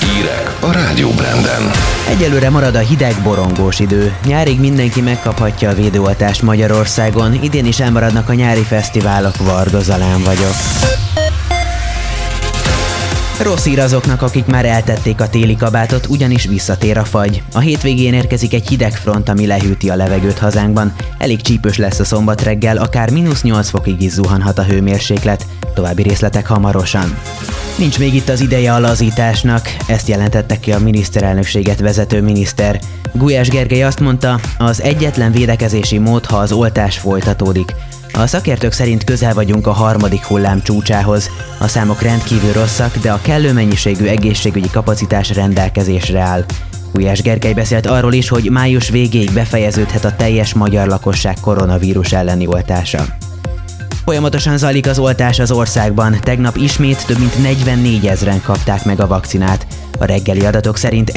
Hírek a Rádió Branden. Egyelőre marad a hideg, borongós idő. Nyárig mindenki megkaphatja a védőoltást Magyarországon, idén is elmaradnak a nyári fesztiválok, Varga Zalán vagyok. Rossz hír azoknak, akik már eltették a téli kabátot, ugyanis visszatér a fagy. A hétvégén érkezik egy hideg front, ami lehűti a levegőt hazánkban. Elég csípős lesz a szombat reggel, akár -8 fokig is zuhanhat a hőmérséklet. További részletek hamarosan. Nincs még itt az ideje a lazításnak, ezt jelentette ki a miniszterelnökséget vezető miniszter. Gulyás Gergely azt mondta, az egyetlen védekezési mód, ha az oltás folytatódik. A szakértők szerint közel vagyunk a harmadik hullám csúcsához. A számok rendkívül rosszak, de a kellő mennyiségű egészségügyi kapacitás rendelkezésre áll. Gulyás Gergely beszélt arról is, hogy május végéig befejeződhet a teljes magyar lakosság koronavírus elleni oltása. Folyamatosan zajlik az oltás az országban, tegnap ismét több mint 44 000-en kapták meg a vakcinát. A reggeli adatok szerint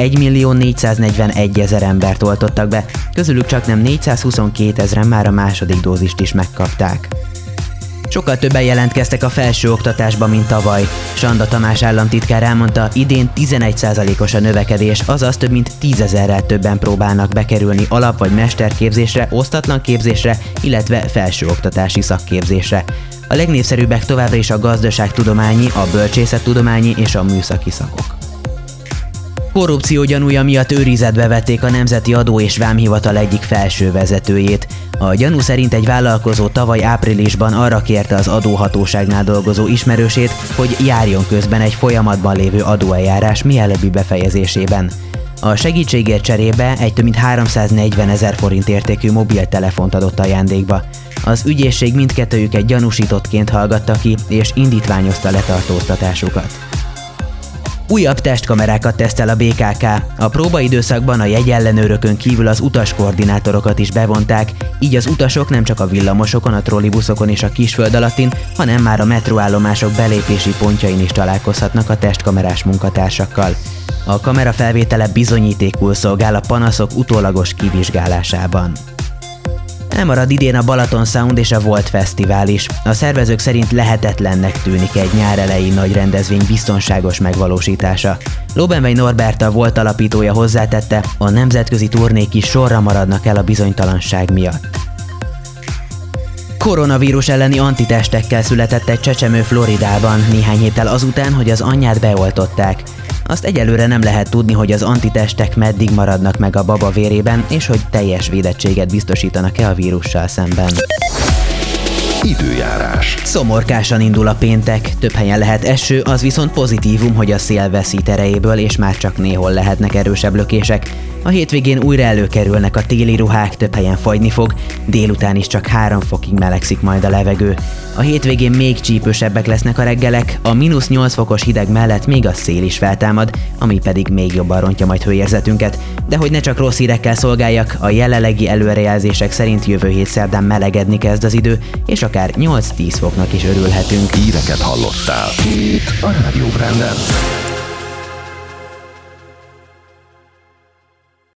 1.441.000 embert oltottak be, közülük csaknem 422 000-en már a második dózist is megkapták. Sokkal többen jelentkeztek a felsőoktatásba, mint tavaly. Sanda Tamás államtitkár elmondta, idén 11%-os a növekedés, azaz több mint 10 000-rel többen próbálnak bekerülni alap- vagy mesterképzésre, osztatlan képzésre, illetve felsőoktatási szakképzésre. A legnépszerűbbek továbbra is a gazdaságtudományi, a bölcsészettudományi és a műszaki szakok. Korrupció gyanúja miatt őrizetbe vették a Nemzeti Adó- és Vámhivatal egyik felső vezetőjét. A gyanú szerint egy vállalkozó tavaly áprilisban arra kérte az adóhatóságnál dolgozó ismerősét, hogy járjon közben egy folyamatban lévő adóeljárás mielőbbi befejezésében. A segítségért cserébe egy több mint 340 000 forint értékű mobiltelefont adott ajándékba. Az ügyészség mindkettőjüket gyanúsítottként hallgatta ki, és indítványozta letartóztatásukat. Újabb testkamerákat tesztel a BKK. A próbaidőszakban a jegyellenőrökön kívül az utaskoordinátorokat is bevonták, így az utasok nem csak a villamosokon, a trollibuszokon és a kisföld alattin, hanem már a metróállomások belépési pontjain is találkozhatnak a testkamerás munkatársakkal. A kamera felvétele bizonyítékul szolgál a panaszok utólagos kivizsgálásában. Elmarad idén a Balaton Sound és a Volt Fesztivál is. A szervezők szerint lehetetlennek tűnik egy nyár elejé nagy rendezvény biztonságos megvalósítása. Lóbenvei Norbert, a Volt alapítója hozzátette, a nemzetközi turnék is sorra maradnak el a bizonytalanság miatt. Koronavírus elleni antitestekkel született egy csecsemő Floridában néhány héttel azután, hogy az anyját beoltották. Azt egyelőre nem lehet tudni, hogy az antitestek meddig maradnak meg a baba vérében, és hogy teljes védettséget biztosítanak-e a vírussal szemben. Időjárás. Szomorkásan indul a péntek, több helyen lehet eső, az viszont pozitívum, hogy a szél veszít erejéből, és már csak néhol lehetnek erősebb lökések. A hétvégén újra előkerülnek a téli ruhák, több helyen fagyni fog, délután is csak 3 fokig melegszik majd a levegő. A hétvégén még csípősebbek lesznek a reggelek, a -8 fokos hideg mellett még a szél is feltámad, ami pedig még jobban rontja majd hőérzetünket. De hogy ne csak rossz hírekkel szolgáljak, a jelenlegi előrejelzések szerint jövő hét szerdán melegedni kezd az idő, és akár 8-10 foknak is örülhetünk. Híreket hallottál itt a Rádió Branden.